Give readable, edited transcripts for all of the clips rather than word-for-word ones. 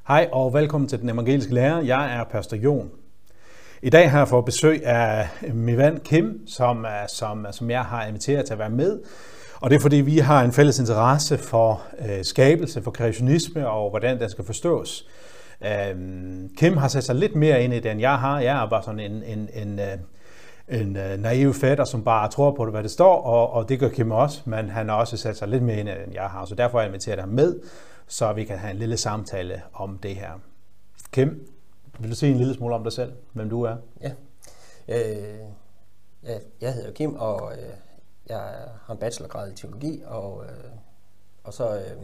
Hej og velkommen til Den Evangeliske Lærer. Jeg er Pastor Jon. I dag har jeg fået besøg af min ven Kim, som jeg har inviteret til at være med. Og det er fordi, vi har en fælles interesse for skabelse, for kreationisme og hvordan den skal forstås. Kim har sat sig lidt mere ind i det, end jeg har. Jeg er bare sådan en naiv fætter, som bare tror på, hvad det står, og det gør Kim også, men han har også sat sig lidt mere ind i det, end jeg har. Så derfor har jeg inviteret ham med, så vi kan have en lille samtale om det her. Kim, vil du sige en lille smule om dig selv, hvem du er? Ja, jeg hedder Kim, og jeg har en bachelorgrad i teologi, og så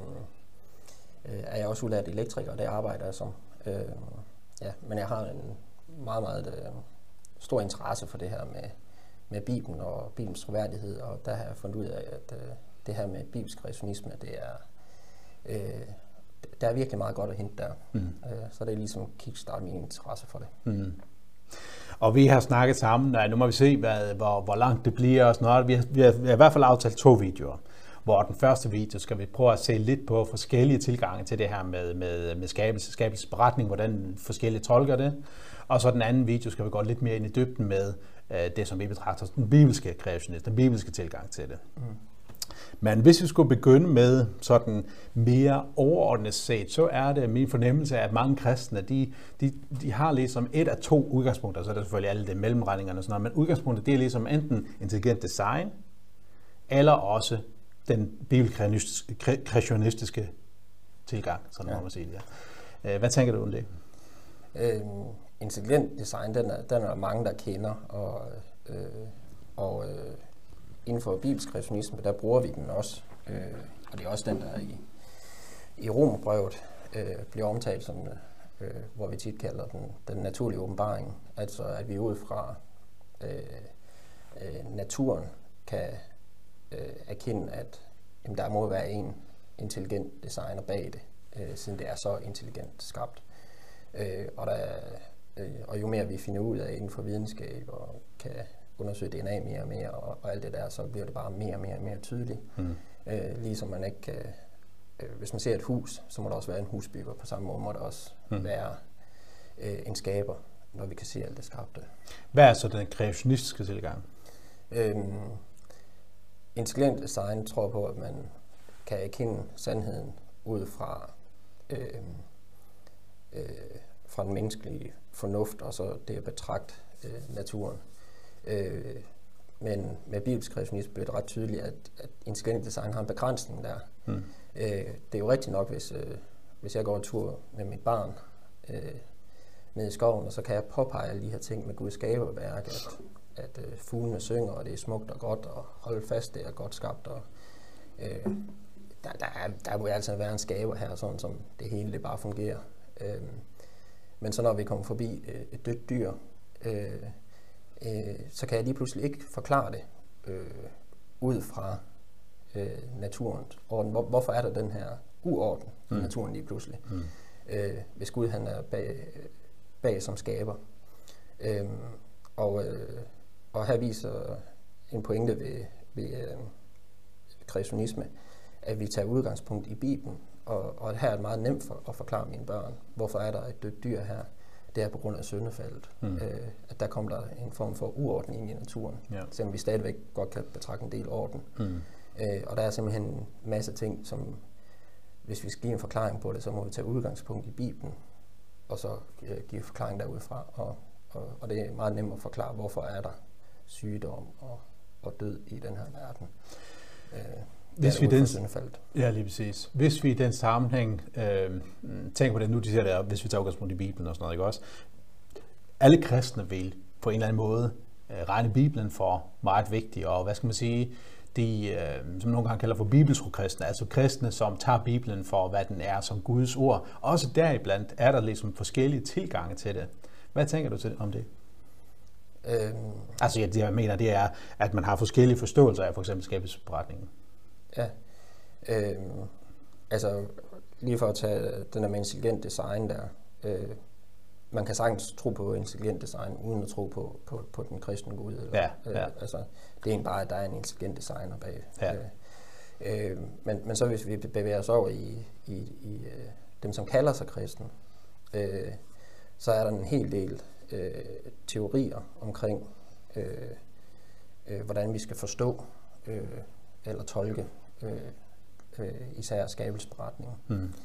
er jeg også udlært elektriker, og det arbejder jeg som. Men jeg har en meget, meget stor interesse for det her med Bibelen og Bibelens troværdighed, og der har jeg fundet ud af, at det her med bibelsk kreationisme, der er virkelig meget godt at hente der. Så det er ligesom kickstart min interesse for det. Og vi har snakket sammen, nu må vi se, hvor langt det bliver og sådan noget. Vi har i hvert fald aftalt 2 videoer, hvor den første video skal vi prøve at se lidt på forskellige tilgange til det her med skabelsesberetning, hvordan forskellige tolker det. Og så den anden video skal vi gå lidt mere ind i dybden med det, som vi betragter som den bibelske kreationisme, den bibelske tilgang til det. Men hvis vi skulle begynde med sådan mere overordnet set, så er det min fornemmelse af, at mange kristne, de har ligesom 1 af 2 udgangspunkter, så er der selvfølgelig alle de mellemregningerne og sådan noget, men udgangspunktet det er ligesom enten intelligent design, eller også den bibelkreationistiske tilgang, sådan må man sige det. Hvad tænker du om det? Intelligent design, den er mange, der kender, og inden for bibelsk kreationisme, der bruger vi den også, og det er også den, der i Romerbrevet bliver omtalt som, hvor vi tit kalder den naturlige åbenbaring, altså at vi ud fra naturen kan erkende, at der må være en intelligent designer bag det, siden det er så intelligent skabt. Og jo mere vi finder ud af inden for videnskab og kan undersøge DNA mere og mere og alt det der, så bliver det bare mere og mere tydeligt. Ligesom man ikke kan, hvis man ser et hus, så må der også være en husbygger. På samme måde må der også være en skaber, når vi kan se alt det skabte. Hvad er så den kreationistiske tilgang? Intelligent design tror på, at man kan erkende sandheden ud fra den menneskelige fornuft, og så det at betragte naturen. Men med bibelsk kreationisme bliver det ret tydeligt, at intelligent design har en begrænsning der. Det er jo rigtigt nok, hvis jeg går en tur med mit barn ned i skoven, og så kan jeg påpege alle de her ting med Guds skaberværk, at fuglene synger, og det er smukt og godt, og holde fast, det er godt skabt, og der må altså være en skaber her, sådan som det hele det bare fungerer. Men så når vi kommer forbi et dødt dyr, så kan jeg lige pludselig ikke forklare det ud fra naturens orden. Hvorfor er der den her uorden i naturen lige pludselig? Hvis Gud han er bag som skaber. Og her viser en pointe ved kreationisme, at vi tager udgangspunkt i Bibelen, og her er det meget nemt at forklare mine børn, hvorfor er der et dødt dyr her. Det er på grund af syndefaldet, at der kommer der en form for uorden ind i naturen, selvom vi stadigvæk godt kan betragte en del orden. Og der er simpelthen en masse ting, som hvis vi skal give en forklaring på det, så må vi tage udgangspunkt i Bibelen, og så give forklaring derudfra. Og det er meget nemt at forklare, hvorfor er der sygdom og død i den her verden. Lige præcis. Hvis vi i den sammenhæng tænker på det, nu de siger det, hvis vi tager udgangspunkt i Bibelen og sådan noget, ikke også? Alle kristne vil på en eller anden måde regne Bibelen for meget vigtig, og hvad skal man sige, de, som nogle gange kalder for bibeltrokristne, altså kristne, som tager Bibelen for, hvad den er som Guds ord. Også deriblandt er der ligesom forskellige tilgange til det. Hvad tænker du om det? Altså, det jeg mener, det er, at man har forskellige forståelser af for eksempel skabelsesberetningen. Ja, altså lige for at tage den der med intelligent design der, man kan sagtens tro på intelligent design, uden at tro på den kristne Gud. Eller, altså, det er egentlig bare, at der er en intelligent designer bag. Men så hvis vi bevæger os over i dem, som kalder sig kristne, så er der en hel del teorier omkring, hvordan vi skal forstå eller tolke især skabelsesberetningen.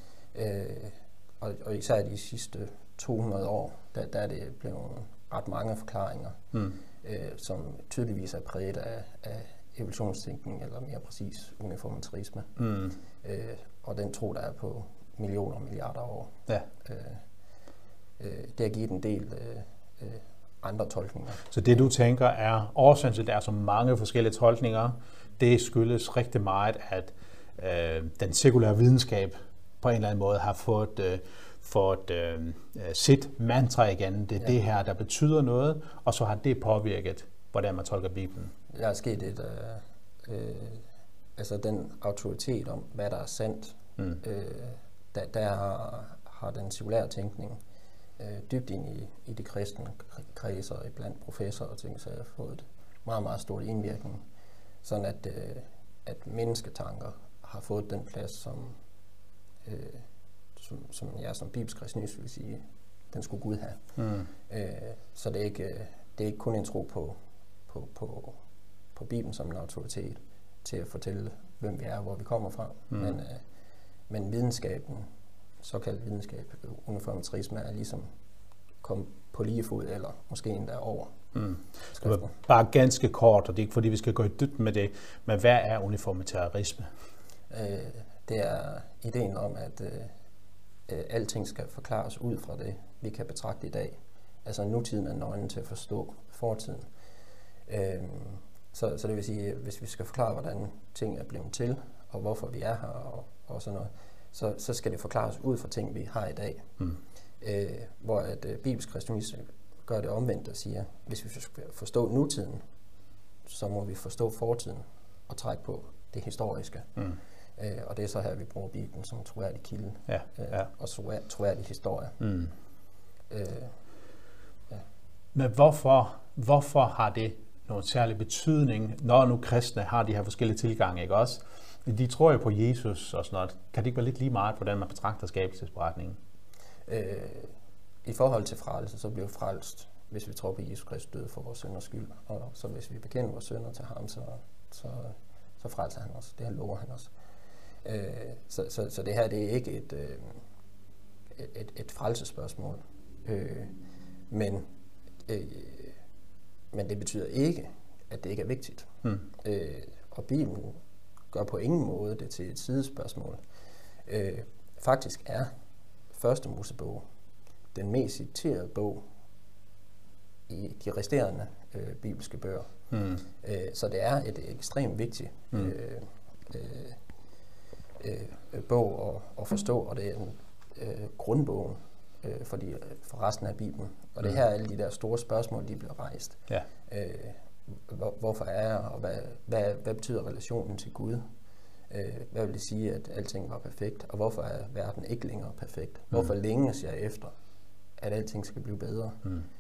Og især de sidste 200 år, der er det blevet ret mange forklaringer, som tydeligvis er præget af evolutionstænkning, eller mere præcis uniformitarisme. Og den tro, der er på millioner og milliarder år. Ja. Det har givet en del andre tolkninger. Så det du tænker er, årsagen til, at der er så mange forskellige tolkninger, det skyldes rigtig meget, at den sekulære videnskab på en eller anden måde har fået sit mantra igen. Det er det her, der betyder noget, og så har det påvirket, hvordan man tolker Bibelen. Der er sket altså den autoritet om, hvad der er sandt, der har den sekulære tænkning dybt ind i de kristne kredser og blandt professorer og ting, så jeg har fået et meget, meget stort indvirkning, sådan at mennesketanker har fået den plads, som jeg som bibelsk kristnist vil sige, den skulle Gud have. Så det er ikke kun en tro på Bibelen som en autoritet til at fortælle, hvem vi er og hvor vi kommer fra, men videnskaben, såkaldt videnskab, uniformitarisme, er ligesom kommet på lige fod, eller måske endda over. Det var bare ganske kort, og det er ikke fordi, vi skal gå i dybden med det, men hvad er uniformitarisme? Det er ideen om, at alting skal forklares ud fra det, vi kan betragte i dag. Altså nutiden er nøglen til at forstå fortiden. Så det vil sige, hvis vi skal forklare, hvordan ting er blevet til, og hvorfor vi er her, og sådan noget, så skal det forklares ud fra ting, vi har i dag. Hvor at bibelsk kristendom gør det omvendt og siger, hvis vi skal forstå nutiden, så må vi forstå fortiden og trække på det historiske. Og det er så her, vi bruger Bibelen som troværdig kilde og troværdig historie. Men hvorfor har det nogen særlig betydning, når nu kristne har de her forskellige tilgange, ikke også? De tror jo på Jesus og sådan noget. Kan det ikke være lidt lige meget, hvordan man betragter skabelsesberetningen? I forhold til frelse, så bliver vi frelst, hvis vi tror på Jesus Kristus døde for vores synders skyld. Og så hvis vi bekender vores synder til ham, så frelser han os. Det her lover han os. Så det her, det er ikke et frelsespørgsmål. Men det betyder ikke, at det ikke er vigtigt. Og Bibelen gør på ingen måde det til et sidespørgsmål. Faktisk er Første Mosebog den mest citerede bog i de resterende bibelske bøger. Så det er et ekstremt vigtigt bog at forstå, og det er en grundbogen for resten af Bibelen. Og det her er alle de der store spørgsmål, de bliver rejst. Ja. Hvorfor er jeg, og hvad betyder relationen til Gud? Hvad vil det sige, at alting var perfekt? Og hvorfor er verden ikke længere perfekt? Hvorfor længes jeg efter, at alting skal blive bedre?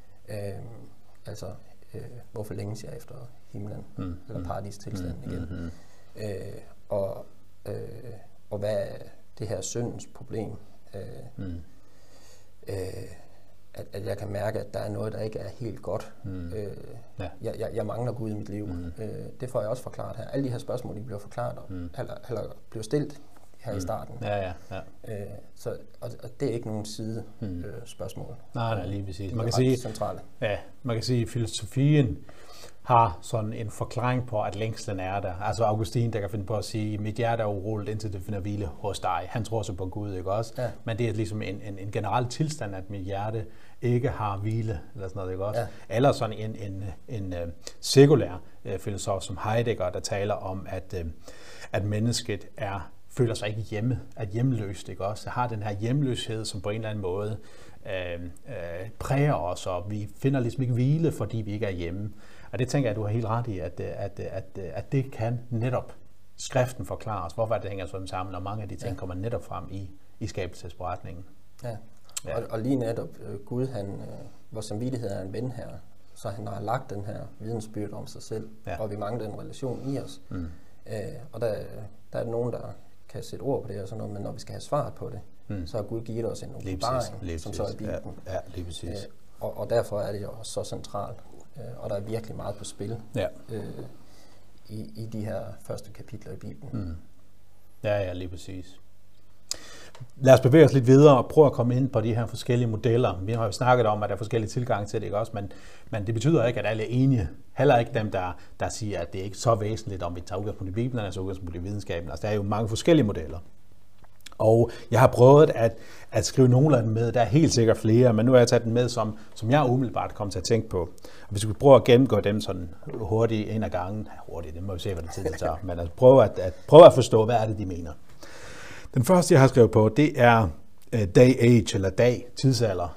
Hvorfor længes jeg efter himlen? Eller paradistilstanden igen? Og hvad er det her syndens problem? At jeg kan mærke, at der er noget, der ikke er helt godt. Jeg mangler Gud i mit liv. Det får jeg også forklaret her. Alle de her spørgsmål, de bliver forklaret, eller bliver stillet her i starten. Og det er ikke nogen side spørgsmål. Nej, lige præcis. Man kan sige, centrale. Ja, man kan sige, at filosofien har sådan en forklaring på, at længslen er der. Altså Augustin, der kan finde på at sige, mit hjerte er uroligt, indtil det finder hvile hos dig. Han tror så på Gud, ikke også? Ja. Men det er ligesom en generel tilstand, at mit hjerte ikke har hvile, eller sådan noget, ikke også? Ja. Eller sådan en sekulær filosof som Heidegger, der taler om, at mennesket føler sig ikke hjemme, at hjemløst, ikke også? Har den her hjemløshed, som på en eller anden måde præger os, og vi finder ligesom ikke hvile, fordi vi ikke er hjemme. Og det tænker jeg, at du har helt ret i, at det kan netop skriften forklare os, hvorfor det hænger sådan sammen, og mange af de ting kommer netop frem i skabelsesberetningen. Ja. Og lige netop Gud, vores samvittighed er en ven her, så han har lagt den her vidensbyrde om sig selv, og vi mangler den relation i os. Og der er nogen, der kan sætte ord på det og sådan noget, men når vi skal have svaret på det, så har Gud givet os en åbenbaring, som så er Bibelen. Ja, lige præcis. Og derfor er det jo så centralt, og der er virkelig meget på spil i de her første kapitler i Bibelen. Ja, lige præcis. Lad os bevæge os lidt videre og prøve at komme ind på de her forskellige modeller. Vi har jo snakket om, at der er forskellige tilgange til det, ikke også? Men det betyder ikke, at alle er enige. Heller ikke dem, der siger, at det er ikke så væsentligt, om vi tager udgangspunkt i Bibelen, altså udgangspunkt i videnskaben. Altså, der er jo mange forskellige modeller. Og jeg har prøvet at skrive nogle af dem med. Der er helt sikkert flere, men nu har jeg taget dem med, som jeg umiddelbart kom til at tænke på. Og hvis vi skulle prøve at gennemgå dem sådan hurtigt en af gangen. Hurtigt, det må vi se, hvad det tid det tager. Men altså prøve at forstå, hvad er det, de mener. Den første, jeg har skrevet på, det er day age, eller tidsalder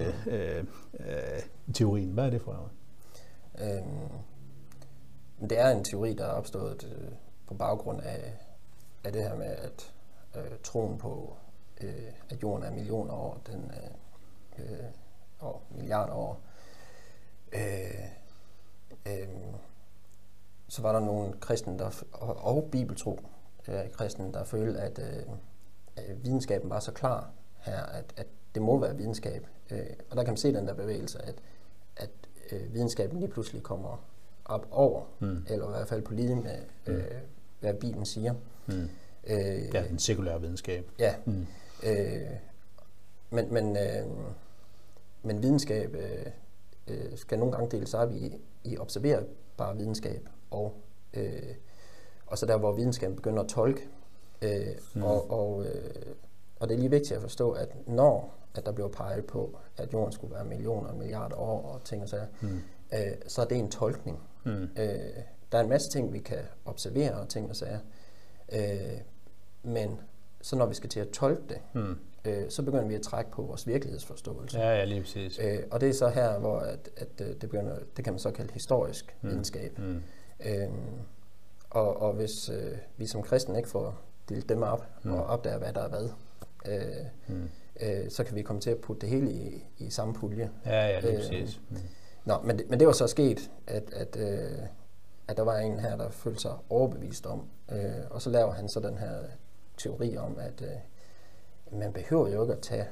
teorien. Hvad er det for noget? Det er en teori, der er opstået på baggrund af det her med, at troen på, at jorden er millioner år, og milliarder år. Så var der nogle kristne, og bibeltro kristne, der følte, at videnskaben var så klar her, at det må være videnskab. Og der kan man se den der bevægelse, at videnskaben lige pludselig kommer op over, eller i hvert fald på linje med, hvad Bibelen siger. Ja, den sekulære videnskab. Ja. Men videnskab skal nogle gange deles op i observerbar videnskab og så der, hvor videnskaben begynder at tolke. Og det er lige vigtigt at forstå, at når at der bliver peget på, at jorden skulle være millioner og milliarder år og ting og sager, så er det en tolkning. Der er en masse ting, vi kan observere og ting og sager, men så når vi skal til at tolke det, så begynder vi at trække på vores virkelighedsforståelse. Ja, lige præcis. Og det er så her, hvor at det kan man så kalde historisk videnskab. Og hvis vi som kristne ikke får delt dem op og opdager, hvad der er hvad, så kan vi komme til at putte det hele i samme pulje. Ja, lige præcis. Men det var så sket, at der var en her, der følte sig overbevist om, og så laver han så den her teori om, at man behøver jo ikke at tage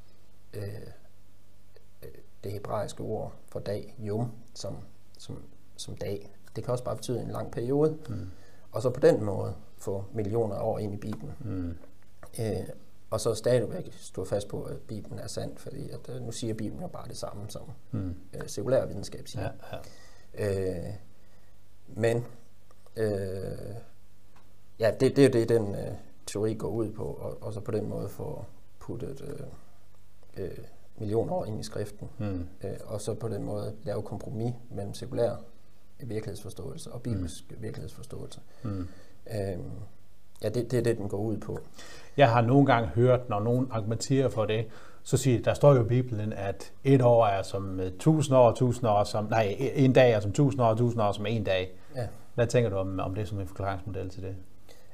det hebraiske ord for dag, yom, som dag. Det kan også bare betyde en lang periode, og så på den måde få millioner af år ind i Bibelen. Og så stadigvæk stå fast på, at Bibelen er sandt, fordi at, nu siger Bibelen jo bare det samme, som sekulær videnskab siger. Men det er det, den teori går ud på, og så på den måde få puttet millioner år ind i skriften, og så på den måde lave kompromis mellem sekulær virkelighedsforståelse og bibelsk virkelighedsforståelse. Det er det, den går ud på. Jeg har nogle gange hørt, når nogen argumenterer for det, så siger der står jo i Bibelen, at et år er som 1000 år, en dag er som 1000 år, 1000 år som en dag. Ja. Hvad tænker du om det som en forklaringsmodel til det?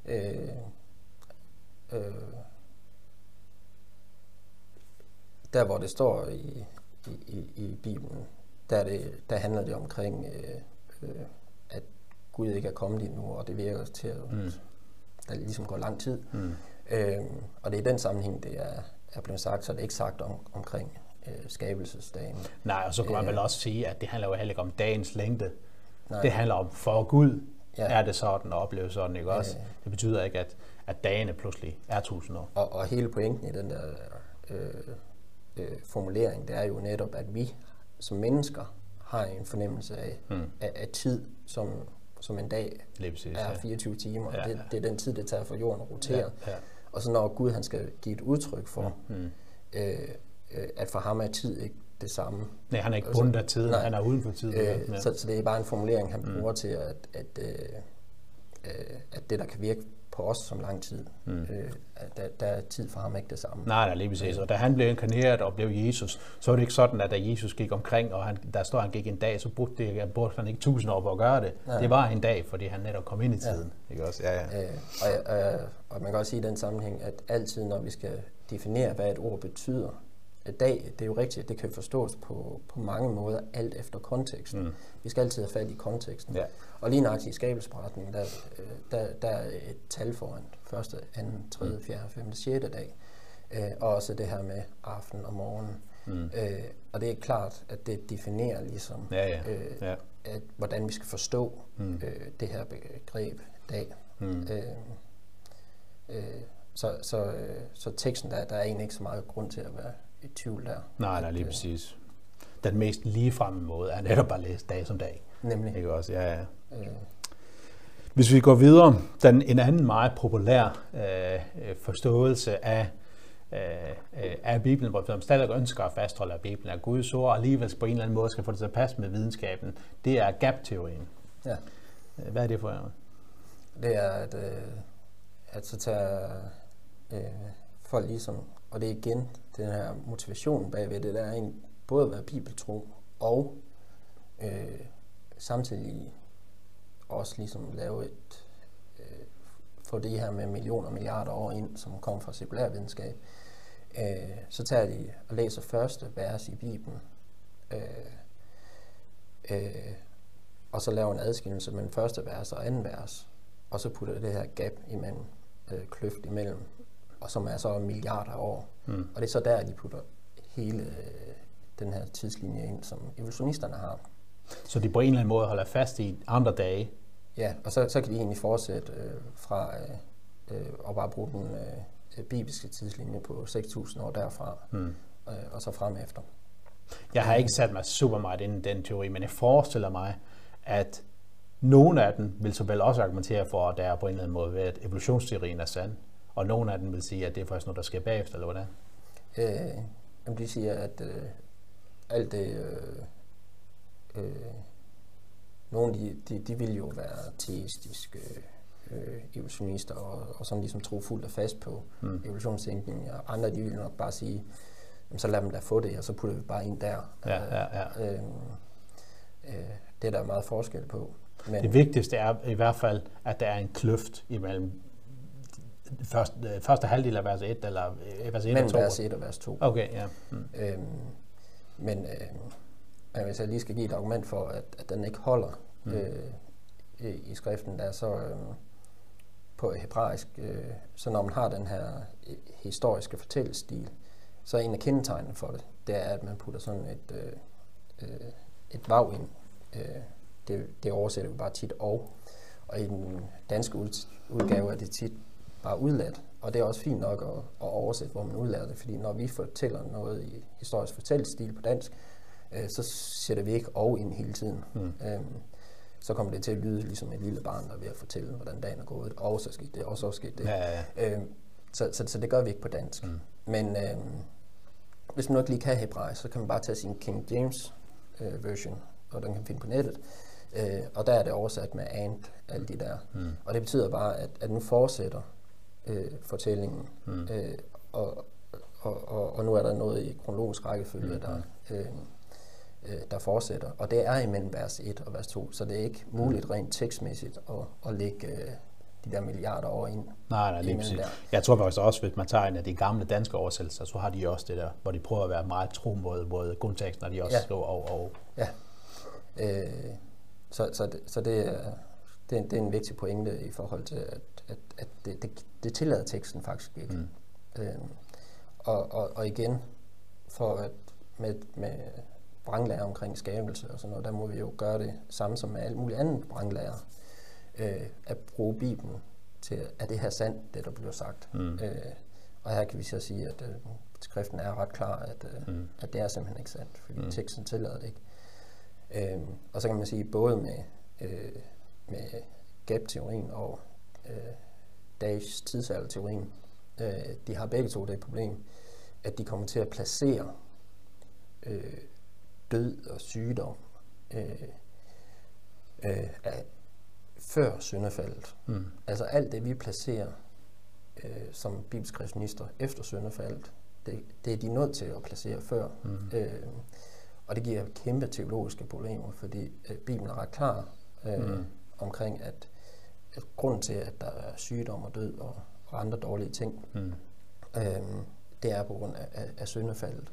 Der hvor det står i Bibelen, der handler det omkring, at Gud ikke er kommet endnu, og det virker til, at der ligesom går lang tid. Og det er i den sammenhæng, det er blevet sagt, så det er ikke sagt omkring skabelsesdagen. Nej, og så kan man vel også sige, at det handler jo heller ikke om dagens længde. Nej. Det handler om, for Gud er det sådan og opleves sådan, ikke også? Det betyder ikke, at dagene pludselig er 1000 år. Og hele pointen i den der formulering, det er jo netop, at vi som mennesker har en fornemmelse af tid, som en dag er 24 timer. Ja. Det er den tid, det tager for jorden at rotere. Ja. Og så når Gud han skal give et udtryk for, at for ham er tid ikke det samme. Nej, han er ikke bundet af tiden, han er uden for tiden. Så det er bare en formulering, han bruger til, at det, der kan virke på os som lang tid, der er tid for ham ikke det samme. Nej, lige præcis. Og da han blev inkarneret og blev Jesus, så var det ikke sådan, at da Jesus gik omkring, og der står, at han gik en dag, så brugte han ikke 1000 år på at gøre det. Nej. Det var en dag, fordi han netop kom ind i tiden. Ikke også? Og man kan også sige i den sammenhæng, at altid, når vi skal definere, hvad et ord betyder, dag, det er jo rigtigt, det kan forstås på mange måder, alt efter konteksten. Vi skal altid have fat i konteksten. Ja. Og lige nøjagtigt i skabelsesberetningen, der er et tal foran første, anden, tredje, fjerde, femte, sjette dag. Og også det her med aften og morgen. Og det er klart, at det definerer ligesom, hvordan vi skal forstå det her begreb dag. Så teksten, der er egentlig ikke så meget grund til at være i tvivl der. Nej, lige præcis. Den mest ligefremme måde er netop bare at læse dag som dag. Nemlig. Ikke også? Ja. Hvis vi går videre, en anden meget populær forståelse af Bibelen, hvor man stadig ønsker at fastholde, at Bibelen er Guds ord, og alligevel på en eller anden måde skal få det til at passe med videnskaben, det er gap-teorien. Ja. Hvad er det for jer? Det er, at så tager folk ligesom, og det er igen den her motivation bagved det, der er en, både at være bibeltro og samtidig også ligesom lave få det her med millioner og milliarder år ind, som kommer fra sekulærvidenskab. Så tager de og læser første vers i Bibelen, og så laver en adskillelse mellem første vers og anden vers, og så putter det her gap imellem, kløft imellem, og som er så milliarder af år. Og det er så der, de putter hele den her tidslinje ind, som evolutionisterne har. Så de på en eller anden måde holder fast i andre dage? Ja, og så kan de egentlig fortsætte fra og bare bruge den bibelske tidslinje på 6.000 år derfra, og så frem efter. Jeg har ikke sat mig super meget ind i den teori, men jeg forestiller mig, at nogle af dem vil så vel også argumentere for, at der er på en eller anden måde ved, at evolutionsteorien er sand, og nogle af dem vil sige, at det er faktisk noget, der sker bagefter, eller hvordan? De siger, at alt det... nogle de vil jo være teistiske evolutionister, og som ligesom tror fuldt og fast på evolutionstænkning, og andre de vil nok bare sige, så lad dem da få det, og så putter vi bare ind der. Det er der meget forskel på. Men det vigtigste er i hvert fald, at der er en kløft imellem første halvdel af vers 1, eller vers 1 og 2? Mellem vers 1 og vers 2. Okay, ja. Men hvis jeg lige skal give et argument for, at den ikke holder i skriften, der så på hebraisk, så når man har den her historiske fortællestil, så er en af kendetegnene for det, det er, at man putter sådan et vav ind. Det oversætter vi bare tit og i den danske udgave er det tit bare udladt. Og det er også fint nok at oversætte, hvor man udlader det, fordi når vi fortæller noget i historisk fortællestil på dansk, så sætter vi ikke og ind hele tiden. Så kommer det til at lyde ligesom et lille barn, der er ved at fortælle, hvordan dagen er gået, og så skete det, og så skete det. Så det gør vi ikke på dansk. Men hvis man nu ikke lige kan hebraisk, så kan man bare tage sin King James version, og den kan man finde på nettet. Og der er det oversat med and, alle de der. Og det betyder bare, at nu fortsætter fortællingen, og nu er der noget i kronologisk rækkefølge, der fortsætter. Og det er imellem vers 1 og vers 2, så det er ikke muligt rent tekstmæssigt at lægge de der milliarder år ind. Nej, lige præcis. Jeg tror faktisk også, hvis man tager en af de gamle danske oversættelser, så har de også det der, hvor de prøver at være meget tro mod grundteksten, og de også skriver og. Ja. Så det er en vigtig pointe i forhold til, at det tillader teksten faktisk ikke. Og igen, for at med vranglære omkring skabelse og sådan noget, der må vi jo gøre det samme som med alt muligt andet vranglære. At bruge Bibelen til, at det her sandt, det der bliver sagt. Og her kan vi så sige, at skriften er ret klar, at det er simpelthen ikke sandt, fordi teksten tillader det ikke. Og så kan man sige, både med gap-teorien og Dages tidsalder-teorien, de har begge to det problem, at de kommer til at placere død og sygdom før syndefaldet. Altså alt det, vi placerer som bibelskriftenister efter syndefaldet, det er de nødt til at placere før. Og det giver kæmpe teologiske problemer, fordi Bibelen er ret klar omkring, at grunden til, at der er sygdom og død og andre dårlige ting, det er på grund af syndefaldet.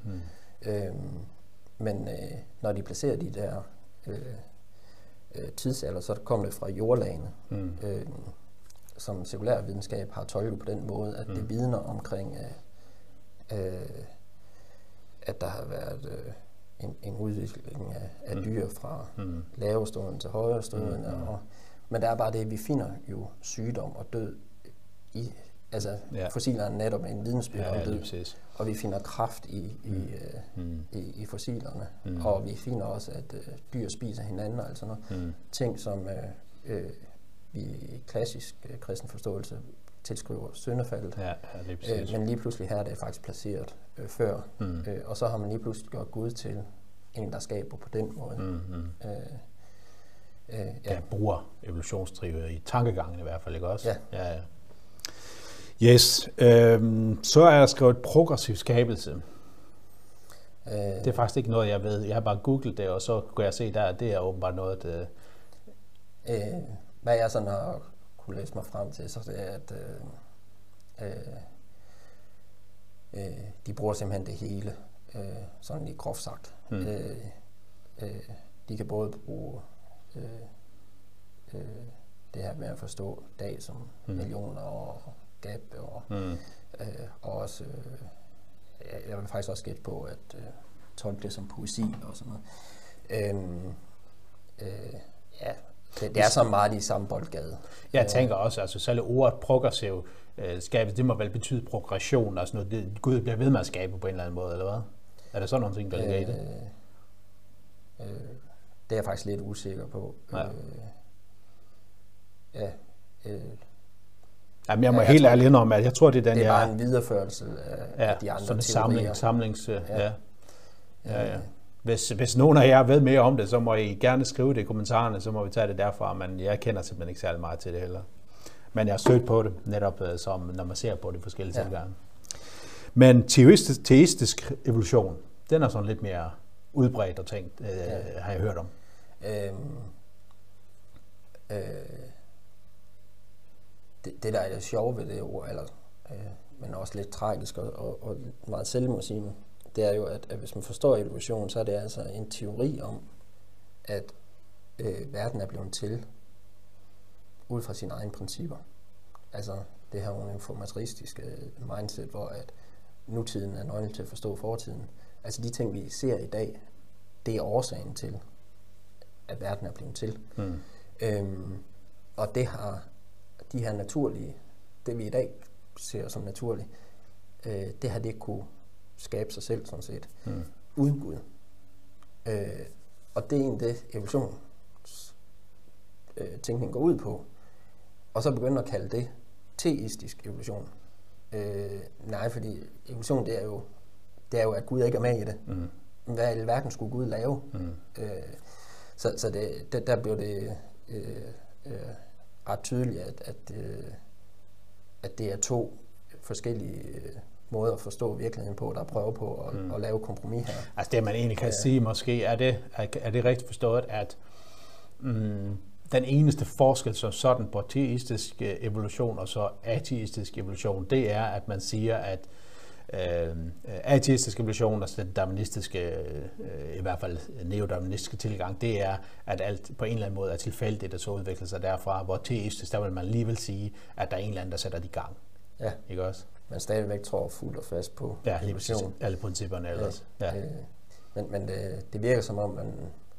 Men når de placerer de der tidsalder, så kommer det fra jordlagene, som sekulær videnskab har tolket på den måde, at det vidner omkring at der har været en udvikling af dyr fra lavestående til højrestående. Men der er bare det, vi finder jo sygdom og død i, altså fossilerne er netop en vidensbyrd om død, og vi finder kraft i fossilerne, og vi finder også, at dyr spiser hinanden, og altså noget. Ting, som vi i klassisk kristen forståelse tilskriver syndefaldet, men lige pludselig her er det faktisk placeret før, og så har man lige pludselig gjort Gud til en, der skaber på den måde. Der bruger evolutionsteorier i tankegangen i hvert fald, ikke også? Ja. Yes. Så er der skrevet progressiv skabelse. Det er faktisk ikke noget, jeg ved. Jeg har bare googlet det, og så kunne jeg se der, at det er åbenbart noget, hvad jeg sådan har kunne læse mig frem til, så det er, at de bruger simpelthen det hele, sådan i groft sagt. De kan både bruge det her med at forstå dag som millioner og gab, og også, jeg vil faktisk også gætte på, at tolke det som poesi og sådan noget. Det er så meget i samme boldgade. Jeg tænker også, altså selv ordet progressiv skabelse, det må vel betyde progression, altså noget, det, Gud bliver ved med at skabe på en eller anden måde, eller hvad? Er der sådan nogle ting, der ligger i det? Det er jeg faktisk lidt usikker på. Jamen, jeg må helt ærligt indrømme, at jeg tror, det er den, det er bare en videreførelse af de andre teorier. Hvis nogen af jer ved mere om det, så må I gerne skrive det i kommentarerne, så må vi tage det derfra, men jeg kender simpelthen ikke særlig meget til det heller. Men jeg har stødt på det, netop som når man ser på de forskellige tilgange. Men teistisk evolution, den er sådan lidt mere udbredt og tænkt, har jeg hørt om. Det der er det sjove ved det ord, men også lidt tragisk og meget selvmodsigende, det er jo, at hvis man forstår evolution, så er det altså en teori om, at verden er blevet til ud fra sine egne principper. Altså det her uniformistiske mindset, hvor at nutiden er nøglen til at forstå fortiden. Altså de ting, vi ser i dag, det er årsagen til, at verden er blevet til. Og det har de her naturlige, det vi i dag ser som naturligt, det har det ikke kunne skabe sig selv sådan set, uden Gud. Og det er egentlig det, evolution tænkning går ud på. Og så begynder at kalde det teistisk evolution. Nej, fordi evolution, det er jo, at Gud ikke er med i det. Hvad i alverden skulle Gud lave? Så der blev det ret tydeligt, at det er to forskellige måder at forstå virkeligheden på, der prøver på at lave kompromis her. Altså det, man egentlig kan sige måske, er det rigtigt forstået, at den eneste forskel som sådan på teistisk evolution og så ateistisk evolution, det er, at man siger, at ateistisk evolution, altså den darwinistiske, i hvert fald neodarwinistiske tilgang, det er, at alt på en eller anden måde er tilfældigt, og så udvikler sig derfra, hvor teistisk, der vil man alligevel sige, at der er en eller anden, der sætter det i gang. Ja. Ikke også? Man stadigvæk tror fuldt og fast på evolution. Alle principperne ellers. Men det virker som om, man...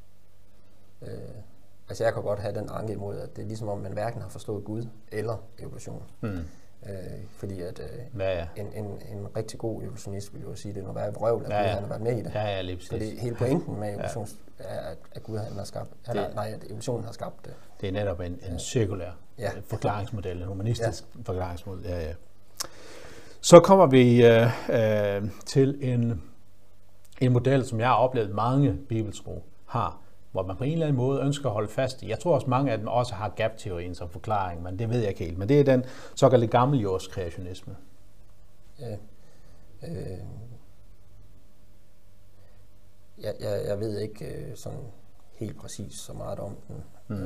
altså jeg kan godt have den anke imod, at det er ligesom om, man hverken har forstået Gud eller evolution. Fordi at en rigtig god evolutionist vil jo sige, at det er noget værre vrøvl, at Gud han har været med i det. Ja, lige præcis. Fordi hele pointen med evolution er, at Gud han har skabt, at evolutionen har skabt det. Det er netop en cirkulær forklaringsmodel, en humanistisk forklaringsmodel. Ja. Så kommer vi til en model, som jeg har oplevet mange bibeltro har, hvor man på en eller anden måde ønsker at holde fast i. Jeg tror også, mange af dem også har gap-teorien som forklaring, men det ved jeg ikke helt. Men det er den såkaldte gammeljordskreationisme. Jeg ved ikke sådan helt præcis så meget om den.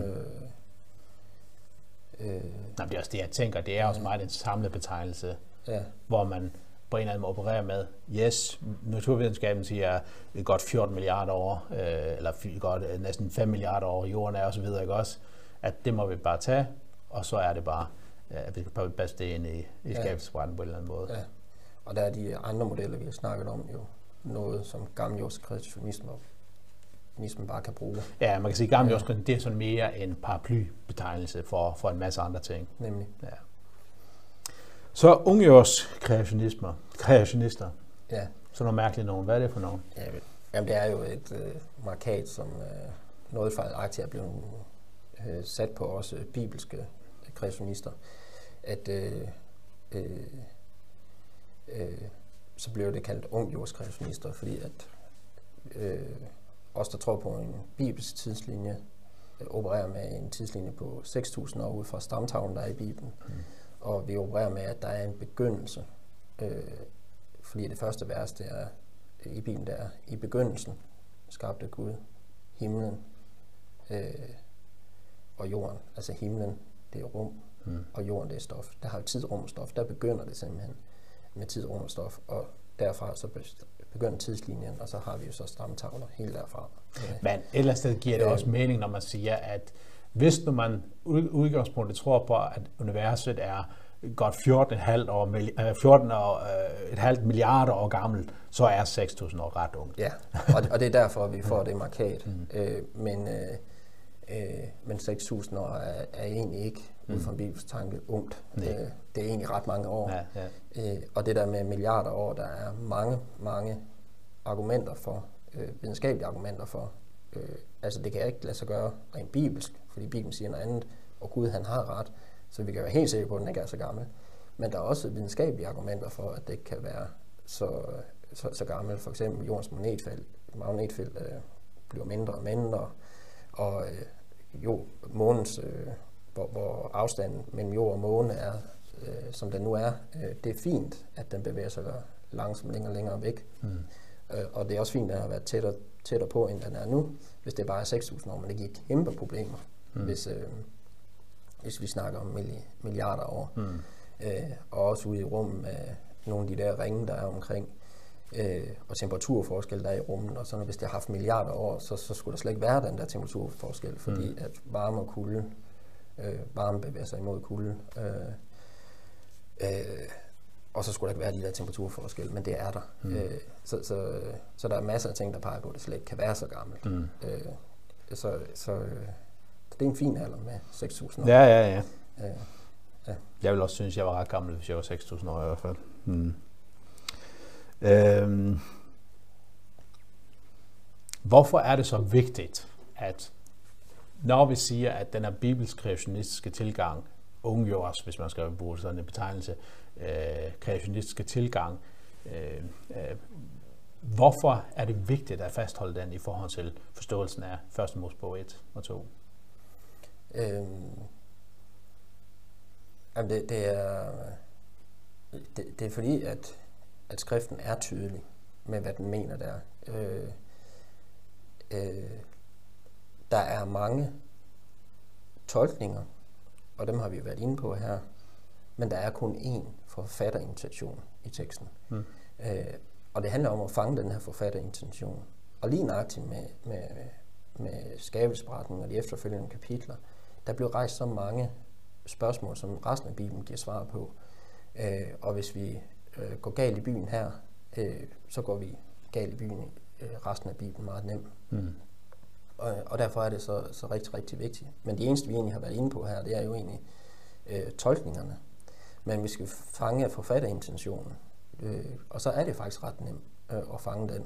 Nej, det er også det, jeg tænker. Det er også meget en samlet betegnelse, hvor man på en eller anden måde opererer med, naturvidenskaben siger godt 14 milliarder år, eller godt næsten 5 milliarder år, jorden er og så videre, ikke også? At det må vi bare tage, og så er det bare, at vi kan passe det ind i skabelsesbrænden på en eller anden måde. Ja. Og der er de andre modeller, vi har snakket om, jo noget, som gammeljordisk kreationisme bare kan bruge. Ja, man kan sige, at gammeljordisk det er sådan mere en paraplybetegnelse for en masse andre ting. Nemlig. Ja. Så ungjordisk kreationister. Ja. Så noget mærkeligt nogen. Hvad er det for nogen? Ja, jamen, det er jo et markat, som noget fejlagtigt er blevet sat på også bibelske kreationister, at så blev det kaldt ungjordisk kreationister, fordi at os, der tror på en bibelsk tidslinje, opererer med en tidslinje på 6.000 år ud fra stamtavlen, der er i Bibelen. Og vi opererer med, at der er en begyndelse, fordi det første vers, det er i Bibelen, der er i begyndelsen skabte Gud himlen og jorden. Altså himlen, det er rum, og jorden, det er stof. Der har tid, rum og stof. Der begynder det simpelthen med tid, rum og stof, og derfra så begynder tidslinjen, og så har vi jo så stamtavler helt derfra. Men et eller andet sted giver det også mening, når man siger, at hvis nu man udgangspunktet tror på, at universet er godt 14,5 milliarder år gammelt, så er 6.000 år ret ungt. Ja, og det er derfor, vi får det markat. Men 6.000 år er egentlig ikke, ud fra en bibelsk tanke, ungt. Det er egentlig ret mange år. Ja. Og det der med milliarder år, der er mange argumenter for, videnskabelige argumenter for. Altså det kan ikke lade sig gøre rent bibelsk, fordi Bibelen siger noget andet, og Gud han har ret, så vi kan være helt sikre på, at den ikke er så gammel. Men der er også videnskabelige argumenter for, at det ikke kan være så gammel. For eksempel jordens magnetfelt bliver mindre og mindre, og månens, hvor afstanden mellem jord og måne er, som den nu er, det er fint, at den bevæger sig langsomt længere og længere væk. Og det er også fint, at den har været tættere på, end den er nu, hvis det bare er 6.000 år, men det giver kæmpe problemer, hvis vi snakker om milliarder år. Og også ude i rummet med nogle af de der ringe, der er omkring, og temperaturforskel, der er i rummet, og sådan, hvis det har haft milliarder år, så skulle der slet ikke være den der temperaturforskel, fordi at varme og kulde, varme bevæger sig imod kulde, og så skulle der ikke være de der temperaturforskel, men det er der. Så der er masser af ting, der peger på, at det slet ikke kan være så gammelt. Så det er en fin alder med 6.000 år. Ja. Jeg vil også synes, jeg var ret gammel, hvis jeg var 6.000 år i hvert fald. Hvorfor er det så vigtigt, at når vi siger, at den er bibelsk kreationistiske tilgang, ungjordisk, hvis man skal bruge sådan en betegnelse, kreationistiske tilgang, hvorfor er det vigtigt at fastholde den i forhold til forståelsen af 1. Mosebog 1 og 2? Det er fordi, at skriften er tydelig med, hvad den mener der. Der er mange tolkninger, og dem har vi været inde på her, men der er kun én forfatterintention i teksten. Og det handler om at fange den her forfatterintention. Og lige nøjagtigt med skabelsesberetningen og de efterfølgende kapitler, der blev rejst så mange spørgsmål, som resten af Bibelen giver svar på. Og hvis vi går galt i byen her, så går vi galt i byen resten af Bibelen meget nemt. Og derfor er det så rigtig, rigtig vigtigt. Men det eneste, vi egentlig har været inde på her, det er jo egentlig tolkningerne. Men vi skal fange forfatterintentionen. Og så er det faktisk ret nemt at fange den.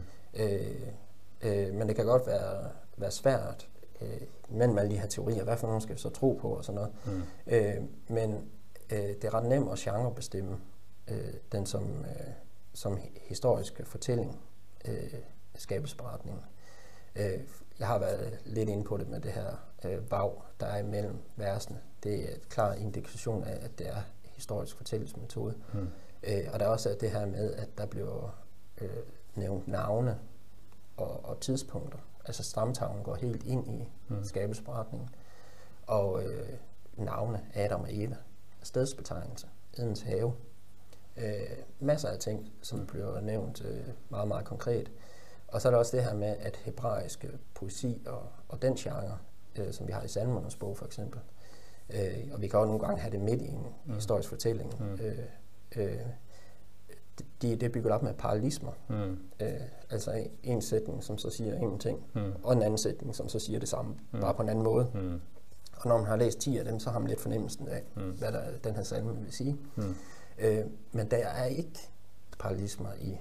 Men det kan godt være svært mellem alle de her teorier. Hvad for nogen skal vi så tro på og sådan noget. Men det er ret nemt at genrebestemme den som historisk fortælling, skabelsesberetningen. Jeg har været lidt inde på det med det her vav, der er imellem versene. Det er et klar indikation af, at det er historisk fortællelsesmetode. Og der er også det her med, at der bliver nævnt navne og tidspunkter. Altså stamtavlen går helt ind i skabelsesberetningen. Og navne, Adam og Eva, stedsbetegnelse, Edens have. Masser af ting, som bliver nævnt meget, meget konkret. Og så er der også det her med, at hebraisk poesi og den genre, som vi har i Salmernes bog for eksempel, og vi kan også nogle gange have det midt i en historisk fortælling, det er bygget op med parallelismer. Altså en sætning, som så siger en ting, og en anden sætning, som så siger det samme, bare på en anden måde. Og når man har læst 10 af dem, så har man lidt fornemmelsen af, hvad den her salme vil sige. Men der er ikke parallelismer i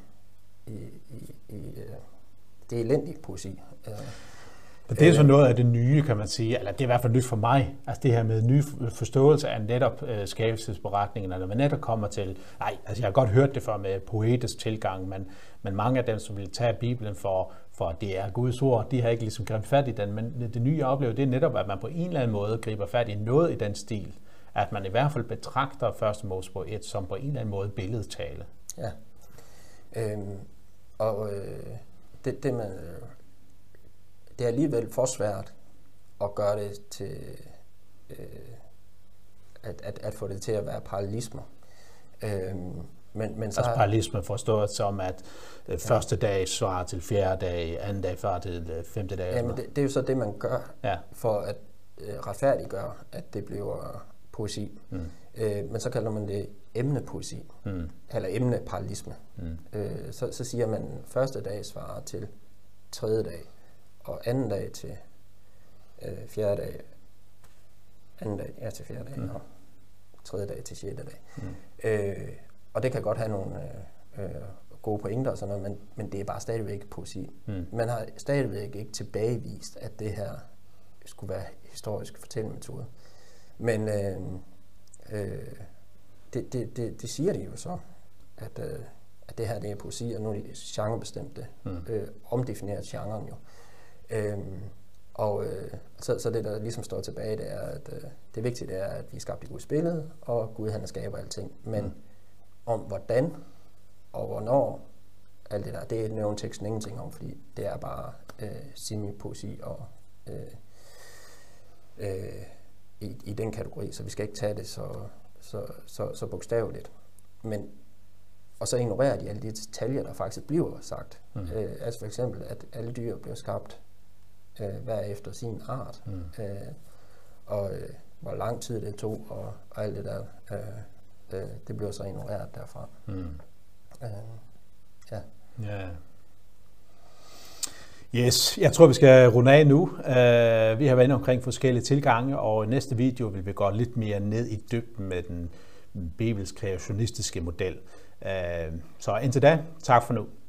det elendige poesi. Det er så noget af det nye, kan man sige, eller det er i hvert fald nyt for mig, altså det her med ny forståelse af netop skabelsesberetningen, eller man netop kommer til, altså jeg har godt hørt det før med poetisk tilgang, men mange af dem, som vil tage Bibelen for at det er Guds ord, de har ikke ligesom grebet fat i den, men det nye jeg oplever, det er netop, at man på en eller anden måde griber fat i noget i den stil, at man i hvert fald betragter 1. Mosebog 1 som på en eller anden måde billedtale. Ja, det er alligevel for svært at gøre det til, at få det til at være parallelismer. Men så altså parallelisme forstået som, at første dag svarer til fjerde dag, anden dag svarer til femte dag. Jamen det er jo så det, man gør, for at retfærdiggøre, at det bliver poesi. Men så kalder man det emnepoesi, eller emneparallelisme. Så siger man, første dag svarer til tredje dag, og anden dag til fjerde dag, anden dag til fjerde dag, og tredje dag til sjette dag. Og det kan godt have nogle gode pointer og sådan noget, men det er bare stadigvæk poesi. Man har stadigvæk ikke tilbagevist, at det her skulle være historisk fortællemetode. Men det siger de jo så, at det her det er poesi, og nu er de genrebestemte, omdefinerer genren jo. Så det, der ligesom står tilbage, det er, at det vigtige er, at vi er skabt i Guds billede, og Gud han skaber alting. Men om hvordan og hvornår, alt det der, det nævner teksten ingenting om, fordi det er bare semi-poesi og i den kategori, så vi skal ikke tage det så bogstaveligt. Men og så ignorerer de alle de detaljer, der faktisk bliver sagt. Altså for eksempel, at alle dyr bliver skabt hver efter sin art. Og hvor lang tid det tog, og alt det der, det bliver så ignoreret derfra. Ja. Yes, jeg tror, vi skal runde af nu. Vi har været inde omkring forskellige tilgange, og i næste video vil vi gå lidt mere ned i dybden med den bibelsk kreationistiske model. Så indtil da, tak for nu.